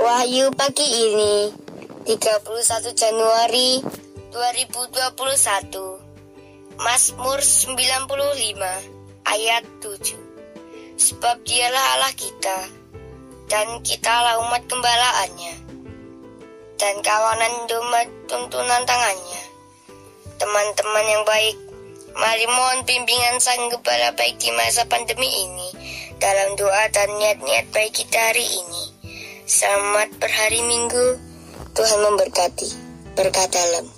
Wahyu pagi ini 31 Januari 2021. Mazmur 95 ayat 7. Sebab dialah Allah kita, dan kitalah umat gembalaannya, dan kawanan domba tuntunan tangannya. Teman-teman yang baik, mari mohon bimbingan Sang Gembala baik di masa pandemi ini, dalam doa dan niat-niat baik kita hari ini. Selamat berhari Minggu, Tuhan memberkati. Berkat dalam.